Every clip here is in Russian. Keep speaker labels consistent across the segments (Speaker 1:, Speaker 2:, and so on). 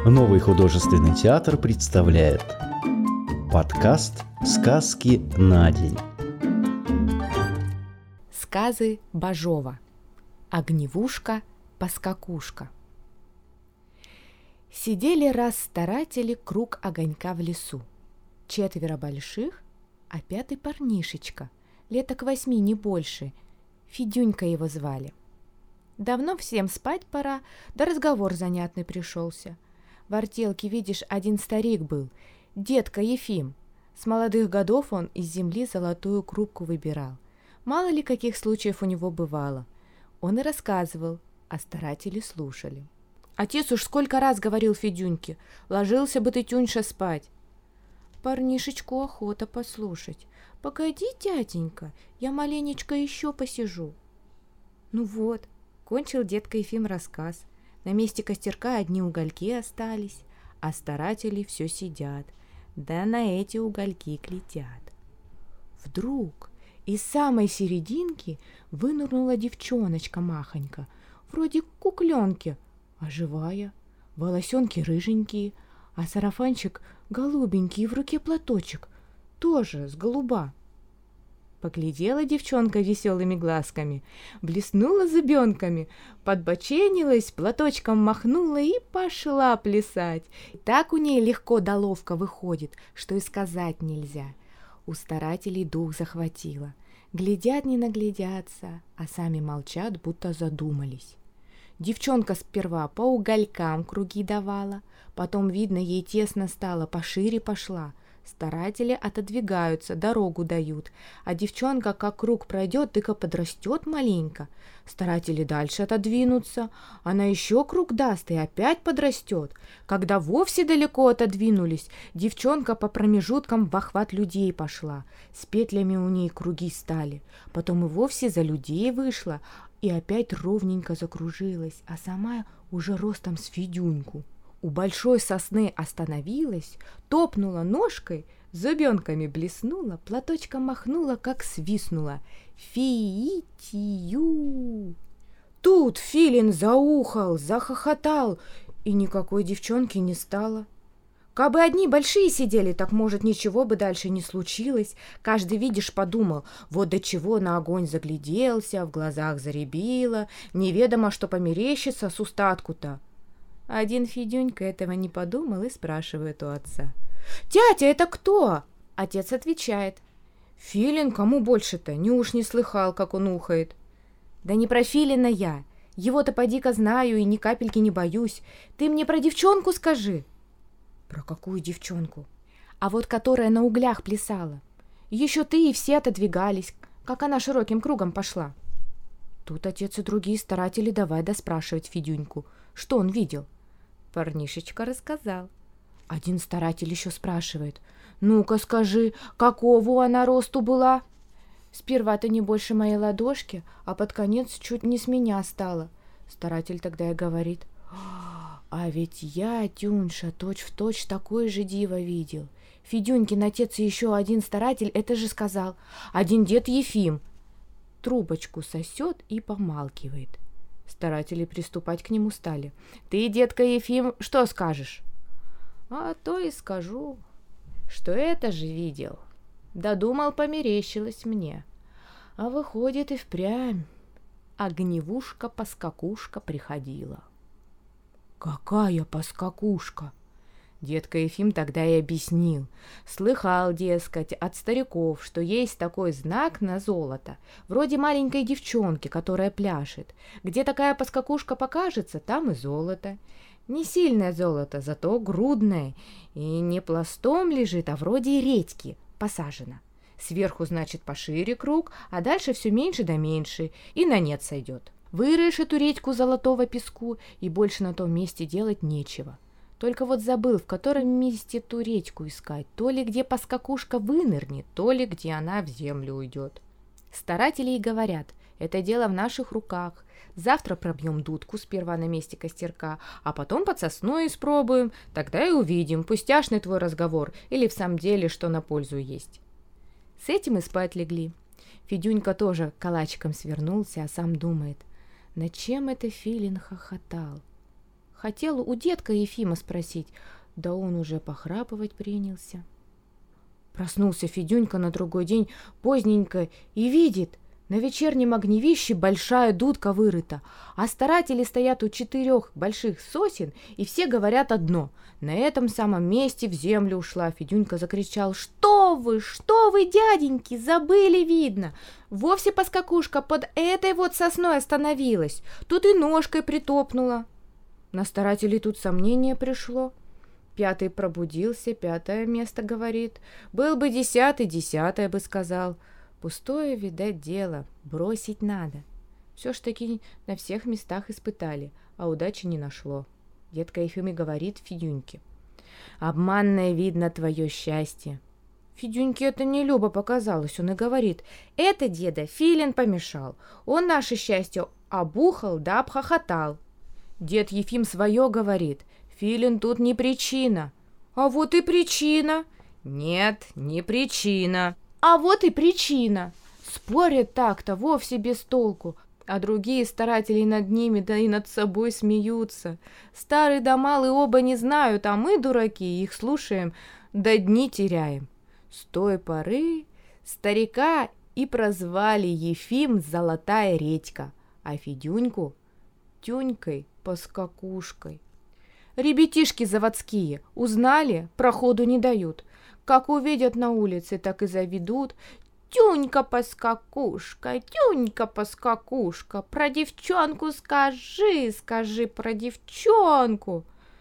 Speaker 1: Новый художественный театр представляет подкаст «Сказки на день».
Speaker 2: Сказы Бажова. Огневушка-поскакушка. Сидели раз старатели круг огонька в лесу. 4 больших, а 5 парнишечка, лет к 8, не больше. Федюнька его звали. Давно всем спать пора, да разговор занятный пришелся. В артелке, видишь, один старик был, дедка Ефим. С молодых годов он из земли золотую крупку выбирал. Мало ли каких случаев у него бывало. Он и рассказывал, а старатели слушали. Отец уж сколько раз говорил Федюньке: ложился бы ты, Тюньша, спать. Парнишечку охота послушать. Погоди, дяденька, я маленечко еще посижу. Ну вот, кончил дедка Ефим рассказ. На месте костерка одни угольки остались, а старатели все сидят, да на эти угольки глядят. Вдруг из самой серединки вынырнула девчоночка махонька, вроде кукленки, а живая, волосенки рыженькие, а сарафанчик голубенький и в руке платочек, тоже с голуба. Поглядела девчонка веселыми глазками, блеснула зубенками, подбоченилась, платочком махнула и пошла плясать. И так у ней легко да ловко выходит, что и сказать нельзя. У старателей дух захватило. Глядят не наглядятся, а сами молчат, будто задумались. Девчонка сперва по уголькам круги давала, потом, видно, ей тесно стало, пошире пошла. Старатели отодвигаются, дорогу дают, а девчонка как круг пройдет, тыка подрастет маленько. Старатели дальше отодвинутся, она еще круг даст и опять подрастет. Когда вовсе далеко отодвинулись, девчонка по промежуткам в охват людей пошла, с петлями у ней круги стали, потом и вовсе за людей вышла, и опять ровненько закружилась, а сама уже ростом с Федюньку. У большой сосны остановилась, топнула ножкой, зубенками блеснула, платочком махнула, как свистнула. Фи-ти-ю! Тут филин заухал, захохотал, и никакой девчонки не стало. Кабы одни большие сидели, так, может, ничего бы дальше не случилось. Каждый, видишь, подумал, вот до чего на огонь загляделся, в глазах заребило, неведомо, что померещится с устатку-то. Один Федюнька этого не подумал и спрашивает у отца: «Тятя, это кто?» Отец отвечает: «Филин, кому больше-то? Неуж не слыхал, как он ухает?» «Да не про Филина я. Его-то поди-ка знаю и ни капельки не боюсь. Ты мне про девчонку скажи». «Про какую девчонку?» «А вот которая на углях плясала. Еще ты и все отодвигались, как она широким кругом пошла». Тут отец и другие старатели давай доспрашивать Федюньку, что он видел. Парнишечка рассказал. Один старатель еще спрашивает: «Ну-ка скажи, какого она росту была?» «Сперва-то не больше моей ладошки, а под конец чуть не с меня стала». Старатель тогда и говорит: «А ведь я, Тюньша, точь-в-точь такое же диво видел. Федюнькин отец и еще один старатель это же сказал. Один дед Ефим». Трубочку сосет и помалкивает. Старатели приступать к нему стали. «Ты, детка Ефим, что скажешь?» «А то и скажу, что это же видел. Додумал, померещилось мне. А выходит, и впрямь огневушка-поскакушка приходила». «Какая поскакушка?» Дедка Ефим тогда и объяснил. Слыхал, дескать, от стариков, что есть такой знак на золото, вроде маленькой девчонки, которая пляшет. Где такая поскакушка покажется, там и золото. Не сильное золото, зато грудное, и не пластом лежит, а вроде редьки посажено. Сверху, значит, пошире круг, а дальше все меньше да меньше, и на нет сойдет. Вырыешь эту редьку золотого песку, и больше на том месте делать нечего. Только вот забыл, в котором месте ту редьку искать, то ли где поскакушка вынырнет, то ли где она в землю уйдет. Старатели и говорят: это дело в наших руках. Завтра пробьем дудку сперва на месте костерка, а потом под сосной испробуем, тогда и увидим, пустяшный твой разговор или в самом деле что на пользу есть. С этим и спать легли. Федюнька тоже калачиком свернулся, а сам думает: над чем это Филин хохотал? Хотел у детка Ефима спросить, да он уже похрапывать принялся. Проснулся Федюнька на другой день поздненько и видит, на вечернем огневище большая дудка вырыта, а старатели стоят у 4 больших сосен, и все говорят одно. На этом самом месте в землю ушла. Федюнька закричал: что вы, дяденьки, забыли, видно. Вовсе поскакушка под этой вот сосной остановилась, тут и ножкой притопнула. На старателей тут сомнение пришло. 5 пробудился, 5 место говорит. Был бы 10, 10 бы сказал. Пустое, видать, дело, бросить надо. Все ж таки на всех местах испытали, а удачи не нашло. Детка Ефим и говорит Федюньке: обманное, видно, твое счастье. Федюньке это не любо показалось, он и говорит: это, деда, филин помешал, он наше счастье обухал да обхохотал. Дед Ефим свое говорит: филин тут не причина. А вот и причина. Нет, не причина. А вот и причина. Спорят так-то вовсе без толку, а другие старатели над ними, да и над собой смеются. Старый да малый оба не знают, а мы, дураки, их слушаем, да дни теряем. С той поры старика и прозвали Ефим Золотая редька, а Федюньку Тюнькой-поскакушкой. Ребятишки заводские узнали, проходу не дают. Как увидят на улице, так и заведут: Тюнька-поскакушка, Тюнька-поскакушка, про девчонку скажи про девчонку.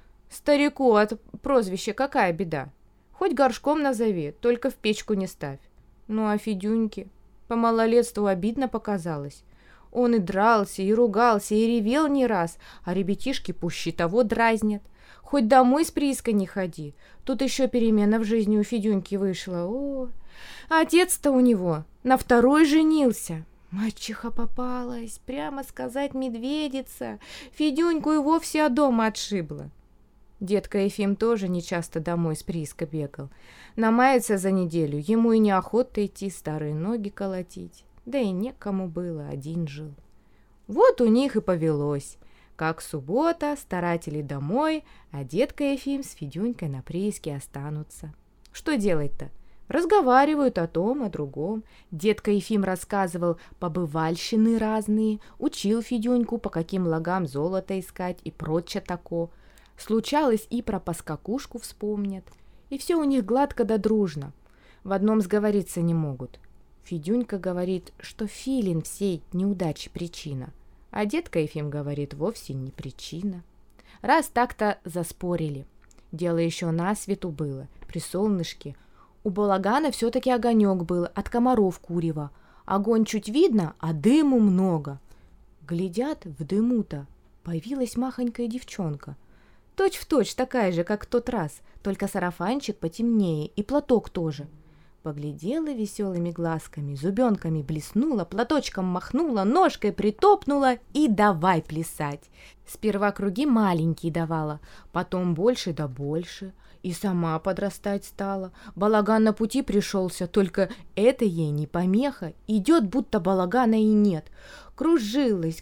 Speaker 2: Старику от прозвища какая беда? Хоть горшком назови, только в печку не ставь. Ну а Федюньке по малолетству обидно показалось. Он и дрался, и ругался, и ревел не раз, а ребятишки пуще того дразнят. Хоть домой с прииска не ходи. Тут еще перемена в жизни у Федюньки вышла. О, отец-то у него на 2 женился. Мачеха попалась, прямо сказать, медведица. Федюньку и вовсе от дома отшибла. Детка Ефим тоже нечасто домой с прииска бегал. Намается за неделю, ему и неохота идти старые ноги колотить. Да и некому было, один жил. Вот у них и повелось. Как суббота, старатели домой, а детка Ефим с Федюнькой на прииске останутся. Что делать-то? Разговаривают о том, о другом. Детка Ефим рассказывал побывальщины разные, учил Федюньку, по каким лагам золото искать и прочее тако. Случалось, и про поскакушку вспомнят. И все у них гладко да дружно. В одном сговориться не могут. Федюнька говорит, что филин всей неудачи причина, а детка Ефим говорит, вовсе не причина. Раз так-то заспорили. Дело еще на свету было, при солнышке. У балагана все-таки огонек был, от комаров курева. Огонь чуть видно, а дыму много. Глядят, в дыму-то появилась махонькая девчонка. Точь-в-точь такая же, как в тот раз, только сарафанчик потемнее и платок тоже. Поглядела веселыми глазками, зубенками блеснула, платочком махнула, ножкой притопнула и давай плясать. Сперва круги маленькие давала, потом больше да больше, и сама подрастать стала. Балаган на пути пришелся, только это ей не помеха, идет, будто балагана и нет. Кружилась,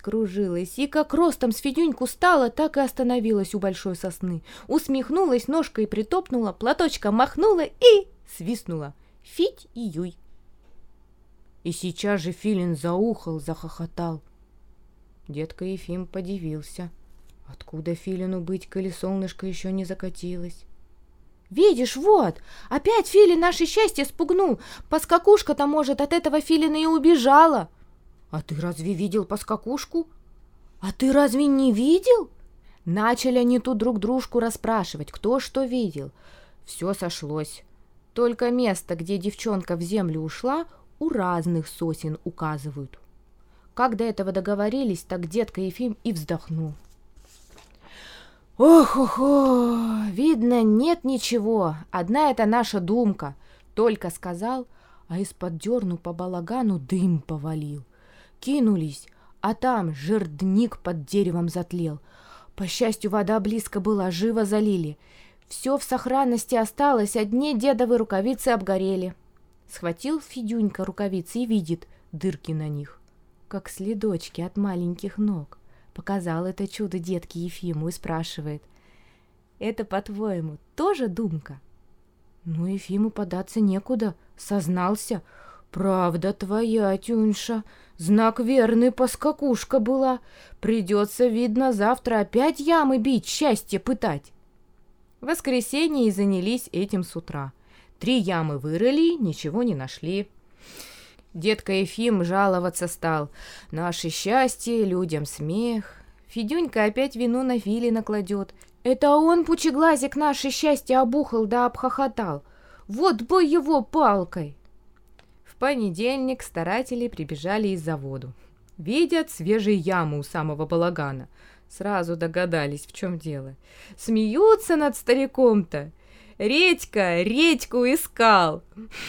Speaker 2: и как ростом с Федюньку стала, так и остановилась у большой сосны. Усмехнулась, ножкой притопнула, платочком махнула и свистнула. Фить и юй. И сейчас же филин заухал, захохотал. Детка Ефим подивился. Откуда филину быть, коли солнышко еще не закатилось? Видишь, вот, опять филин наше счастье спугнул. Поскакушка-то, может, от этого филина и убежала. А ты разве видел поскакушку? А ты разве не видел? Начали они тут друг дружку расспрашивать, кто что видел. Все сошлось. Только место, где девчонка в землю ушла, у разных сосен указывают. Как до этого договорились, так детка Ефим и вздохнул. Ох-охо, видно, нет ничего, одна это наша думка. Только сказал, а из-под дерну по балагану дым повалил. Кинулись, а там жердник под деревом затлел. По счастью, вода близко была, живо залили. Все в сохранности осталось, одни дедовы рукавицы обгорели. Схватил Федюнька рукавицы и видит дырки на них, как следочки от маленьких ног. Показал это чудо детке Ефиму и спрашивает: «Это, по-твоему, тоже думка?» Ну, Ефиму податься некуда, сознался: «Правда твоя, Тюньша, знак верный, поскакушка была. Придется, видно, завтра опять ямы бить, счастье пытать». В воскресенье и занялись этим с утра. 3 ямы вырыли, ничего не нашли. Детка Ефим жаловаться стал: «Наше счастье, людям смех». Федюнька опять вину на Филина кладет: «Это он, пучеглазик, наше счастье обухал да обхохотал. Вот бы его палкой!» В понедельник старатели прибежали из заводу. Видят свежие ямы у самого балагана. Сразу догадались, в чем дело. Смеются над стариком-то. Редьку искал.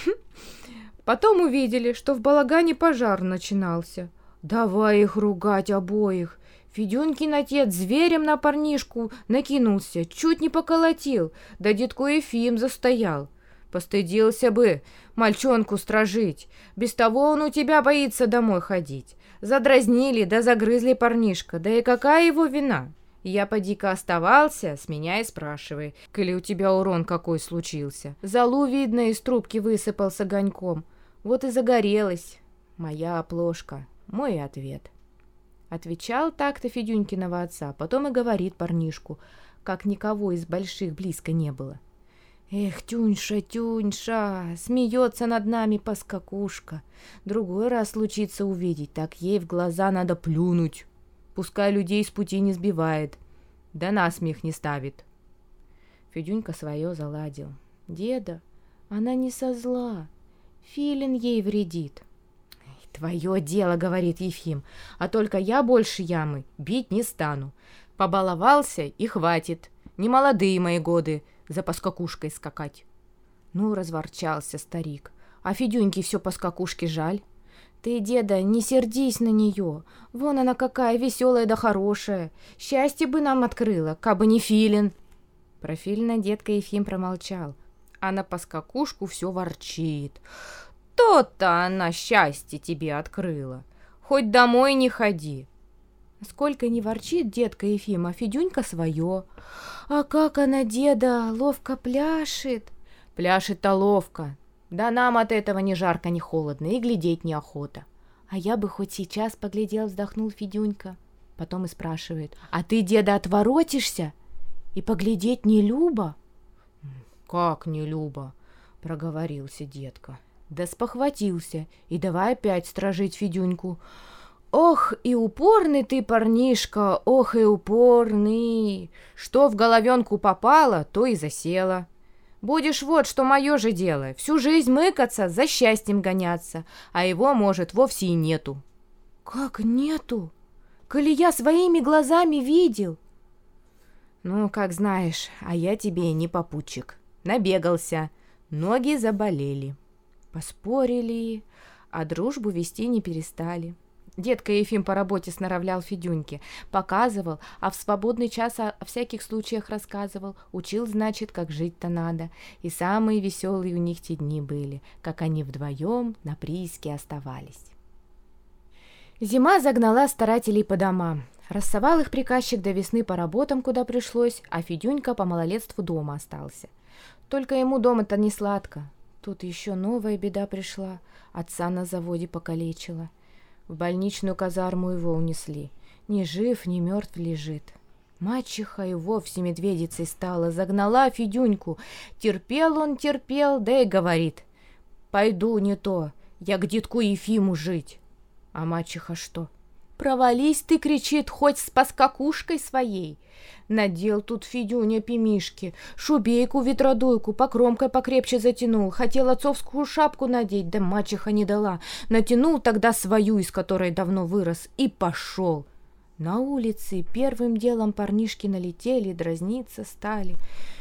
Speaker 2: Потом увидели, что в балагане пожар начинался. Давай их ругать обоих. Федюнькин отец зверем на парнишку накинулся, чуть не поколотил, да детку Ефим застоял. Постыдился бы мальчонку стражить, без того он у тебя боится домой ходить. Задразнили да загрызли парнишка, да и какая его вина? Я поди-ка оставался, с меня и спрашивай, коли у тебя урон какой случился. Золу, видно, из трубки высыпал с огоньком, вот и загорелась. Моя оплошка, мой ответ. Отвечал так-то Федюнькиного отца, потом и говорит парнишку, как никого из больших близко не было: «Эх, Тюньша, Тюньша, смеется над нами поскакушка. Другой раз случится увидеть, так ей в глаза надо плюнуть. Пускай людей с пути не сбивает, да насмех не ставит». Федюнька свое заладил: «Деда, она не со зла, Филин ей вредит». «Твое дело, — говорит Ефим, — а только я больше ямы бить не стану. Побаловался и хватит, не молодые мои годы за поскакушкой скакать». Ну, разворчался старик, а Федюньке все поскакушке жаль. «Ты, деда, не сердись на нее, вон она какая веселая да хорошая, счастье бы нам открыла, кабы не Филин». Про Филина детка Ефим промолчал, а на поскакушку все ворчит: «То-то она счастье тебе открыла, хоть домой не ходи». Сколько не ворчит детка Ефим, а Федюнька свое. «А как она, деда, ловко пляшет!» «Пляшет-то ловко, да нам от этого ни жарко, ни холодно, и глядеть неохота». «А я бы хоть сейчас поглядел, — вздохнул Федюнька». Потом и спрашивает: «А ты, деда, отворотишься? И поглядеть не любо?» «Как не любо?» — проговорился детка. Да спохватился и давай опять стражить Федюньку. «Ох, и упорный ты, парнишка, ох и упорный! Что в головенку попало, то и засело. Будешь вот что мое же дело, всю жизнь мыкаться, за счастьем гоняться, а его, может, вовсе и нету». «Как нету? Коли я своими глазами видел». «Ну, как знаешь, а я тебе не попутчик. Набегался, ноги заболели». Поспорили, а дружбу вести не перестали. Детка Ефим по работе снаравлял Федюньке, показывал, а в свободный час о всяких случаях рассказывал, учил, значит, как жить-то надо. И самые веселые у них те дни были, как они вдвоем на прииске оставались. Зима загнала старателей по домам. Рассовал их приказчик до весны по работам, куда пришлось, а Федюнька по малолетству дома остался. Только ему дома-то не сладко. Тут еще новая беда пришла, отца на заводе покалечила. В больничную казарму его унесли, ни жив, ни мертв лежит. Мачеха и вовсе медведицей стала, загнала Федюньку. Терпел он, терпел, да и говорит: «Пойду не то, я к детку Ефиму жить». А мачеха что? «Провались ты, — кричит, — хоть с поскакушкой своей». Надел тут Федюня пимишки, шубейку ветродуйку, покромкой покрепче затянул, хотел отцовскую шапку надеть, да мачеха не дала. Натянул тогда свою, из которой давно вырос, и пошел. На улице первым делом парнишки налетели, дразниться стали.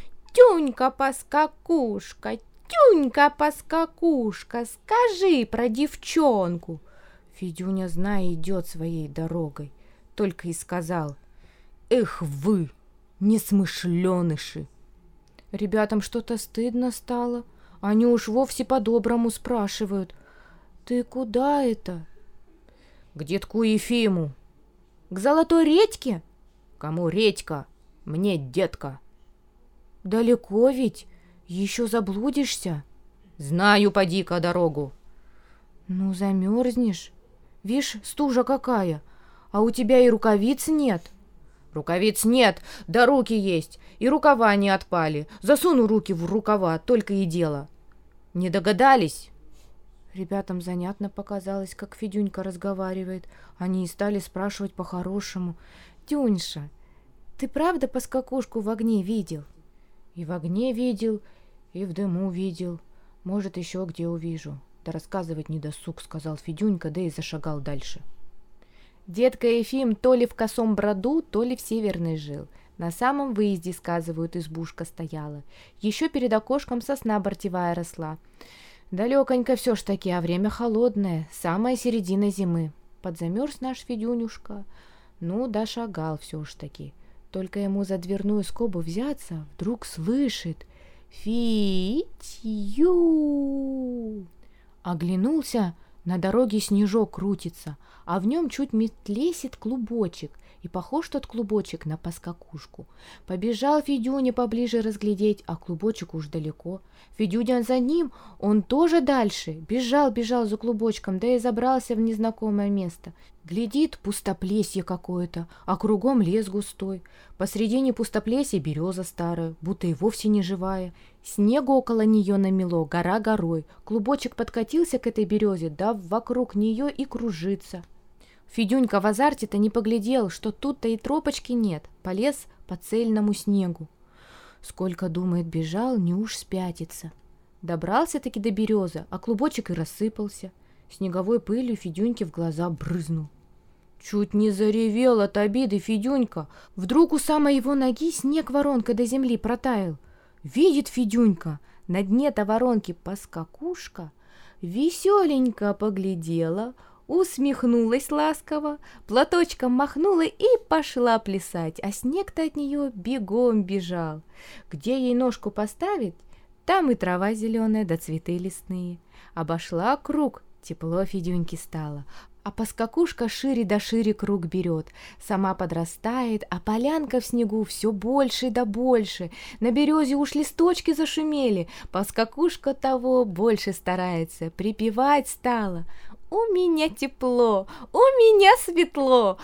Speaker 2: «Тюнька-поскакушка, Тюнька-поскакушка, скажи про девчонку». Федюня, зная, идет своей дорогой, только и сказал: «Эх вы, несмышленыши!» Ребятам что-то стыдно стало. Они уж вовсе по-доброму спрашивают: «Ты куда это?» «К детку Ефиму». К золотой редьке?
Speaker 3: Кому редька? Мне детка.
Speaker 2: Далеко ведь, еще заблудишься.
Speaker 3: Знаю, поди-ка дорогу.
Speaker 2: Ну, замерзнешь. Вишь, стужа какая, а у тебя и рукавиц нет.
Speaker 3: Рукавиц нет, да руки есть, и рукава не отпали. Засуну руки в рукава, только и дело. Не догадались?
Speaker 2: Ребятам занятно показалось, как Федюнька разговаривает. Они и стали спрашивать по-хорошему. «Дюньша, ты правда поскакушку в огне видел?» «И в огне видел, и в дыму видел. Может, еще где увижу. Да рассказывать не досуг», — сказал Федюнька, да и зашагал дальше. Дедка Ефим то ли в Косом Броду, то ли в Северной жил. На самом выезде, сказывают, избушка стояла. Еще перед окошком сосна бортевая росла. Далеконько все ж таки, а время холодное, самая середина зимы. Подзамерз наш Федюнюшка. Ну, дошагал все ж таки. Только ему за дверную скобу взяться, вдруг слышит: «Фитью!» Оглянулся, на дороге снежок крутится, а в нем чуть метлесит клубочек, и похож тот клубочек на поскакушку. Побежал Федюня поближе разглядеть, а клубочек уж далеко. Федюня за ним, он тоже дальше. Бежал за клубочком, да и забрался в незнакомое место. Глядит, пустоплесье какое-то, а кругом лес густой. Посредине пустоплесья береза старая, будто и вовсе не живая. Снегу около нее намело, гора горой. Клубочек подкатился к этой березе, да вокруг нее и кружится. Федюнька в азарте-то не поглядел, что тут-то и тропочки нет, полез по цельному снегу. Сколько, думает, бежал, не уж спятится. Добрался-таки до березы, а клубочек и рассыпался. Снеговой пылью Федюньке в глаза брызнул. Чуть не заревел от обиды Федюнька. Вдруг у самой его ноги снег воронкой до земли протаял. Видит Федюнька, на дне-то воронки поскакушка, веселенько поглядела, усмехнулась ласково, платочком махнула и пошла плясать, а снег-то от нее бегом бежал. Где ей ножку поставить, там и трава зеленая, да цветы лесные. Обошла круг, тепло Федюньке стало, а поскакушка шире да шире круг берет, сама подрастает, а полянка в снегу все больше да больше. На березе уж листочки зашумели, поскакушка того больше старается, припевать стала: «У меня тепло, у меня светло,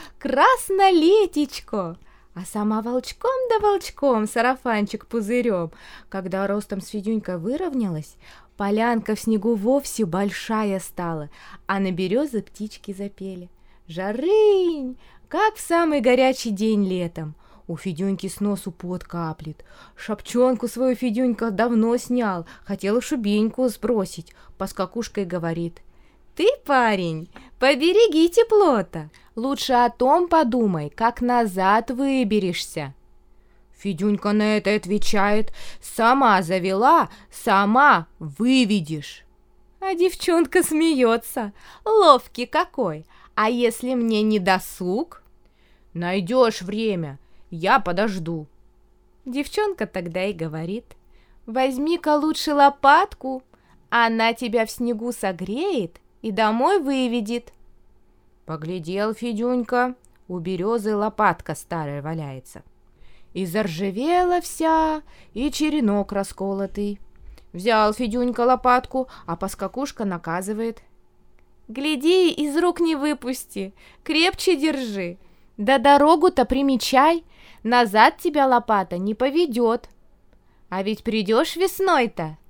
Speaker 2: краснолетечко!» А сама волчком да волчком, сарафанчик пузырем. Когда ростом с Федюнькой выровнялась, полянка в снегу вовсе большая стала, а на березе птички запели. Жарынь, как в самый горячий день летом. У Федюньки с носу пот каплет. Шапчонку свою Федюнька давно снял, хотела шубеньку сбросить. Поскакушка и говорит: «Ты, парень, побереги тепло-то. Лучше о том подумай, как назад выберешься». Федюнька на это отвечает: «Сама завела, сама выведешь». А девчонка смеется: «Ловкий какой! А если мне не досуг?» «Найдешь время, я подожду». Девчонка тогда и говорит: «Возьми-ка лучше лопатку, она тебя в снегу согреет и домой выведет». Поглядел Федюнька, у березы лопатка старая валяется. И заржавела вся, и черенок расколотый. Взял Федюнька лопатку, а поскакушка наказывает: «Гляди, из рук не выпусти, крепче держи, да дорогу-то примечай, назад тебя лопата не поведет. А ведь придешь весной-то».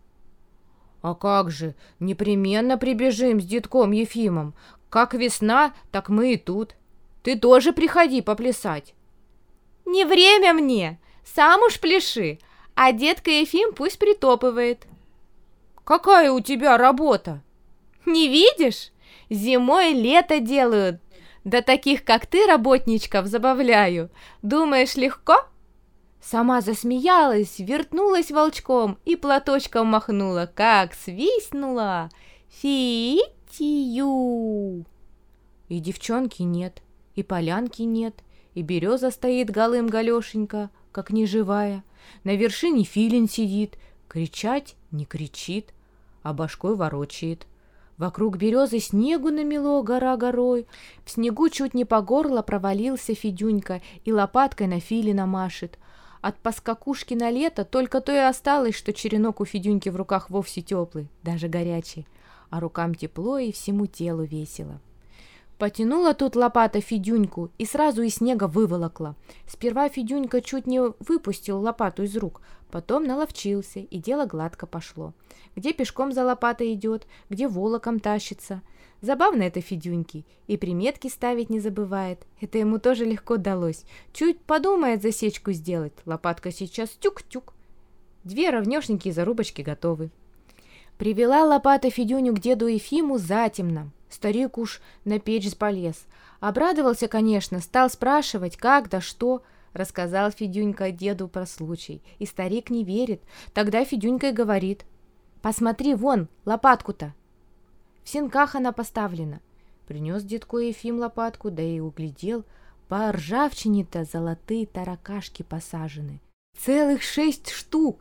Speaker 2: «А как же, непременно прибежим с детком Ефимом. Как весна, так мы и тут. Ты тоже приходи поплясать». «Не время мне, сам уж пляши, а детка Ефим пусть притопывает». «Какая у тебя работа?» «Не видишь? Зимой лето делают, да таких, как ты, работничков, забавляю. Думаешь, легко?» Сама засмеялась, вертнулась волчком и платочком махнула, как свистнула: «Фитию!» И девчонки нет, и полянки нет, и береза стоит голым-галешенька, как неживая. На вершине филин сидит, кричать не кричит, а башкой ворочает. Вокруг березы снегу намело гора горой. В снегу чуть не по горло провалился Федюнька и лопаткой на Филина машет. От поскакушки на лето только то и осталось, что черенок у Федюньки в руках вовсе теплый, даже горячий, а рукам тепло и всему телу весело. Потянула тут лопата Федюньку и сразу из снега выволокла. Сперва Федюнька чуть не выпустил лопату из рук, потом наловчился, и дело гладко пошло. Где пешком за лопатой идет, где волоком тащится. Забавно это Федюньки, и приметки ставить не забывает. Это ему тоже легко далось. Чуть подумает засечку сделать, лопатка сейчас тюк-тюк. 2 ровнёшненькие зарубочки готовы. Привела лопата Федюню к деду Ефиму затемно. Старик уж на печь полез. Обрадовался, конечно, стал спрашивать, как да что. Рассказал Федюнька деду про случай, и старик не верит. Тогда Федюнька и говорит: «Посмотри, вон, лопатку-то! В сенках она поставлена». Принес дедку Ефим лопатку, да и углядел, по ржавчине-то золотые таракашки посажены. Целых 6 штук.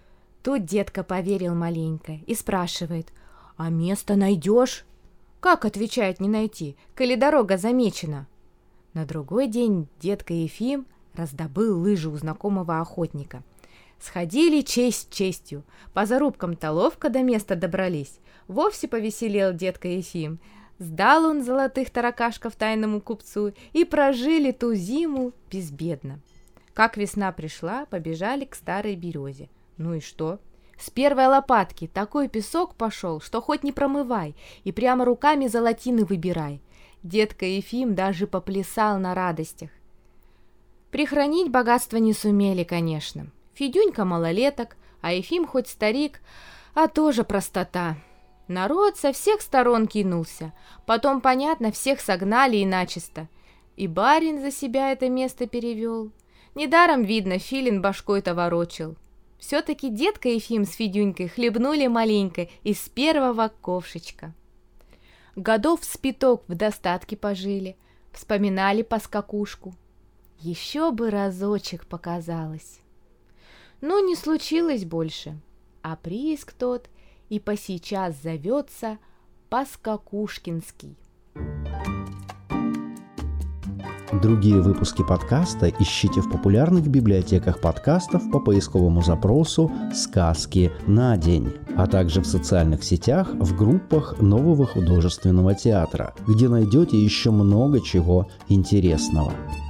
Speaker 2: Тут дедка поверил маленько и спрашивает: «А место найдешь?» «Как, — отвечает, — не найти, коли дорога замечена?» На другой день дедка Ефим раздобыл лыжи у знакомого охотника. Сходили честь честью, по зарубкам-то ловко до места добрались. Вовсе повеселел дедка Ефим. Сдал он золотых таракашков тайному купцу, и прожили ту зиму безбедно. Как весна пришла, побежали к старой березе. Ну и что? С первой лопатки такой песок пошел, что хоть не промывай, и прямо руками золотины выбирай. Дедка Ефим даже поплясал на радостях. Прихранить богатство не сумели, конечно. Федюнька малолеток, а Ефим хоть старик, а тоже простота. Народ со всех сторон кинулся. Потом, понятно, всех согнали и начисто. И барин за себя это место перевел. Недаром, видно, Филин башкой-то ворочил. Все-таки дедка Ефим с Федюнькой хлебнули маленько из первого ковшечка. Годов с 5 в достатке пожили, вспоминали поскакушку. Еще бы разочек показалось. Но не случилось больше, а прииск тот и посейчас зовется Поскакушкинский.
Speaker 1: Другие выпуски подкаста ищите в популярных библиотеках подкастов по поисковому запросу «Сказки на день», а также в социальных сетях в группах Нового художественного театра, где найдете еще много чего интересного.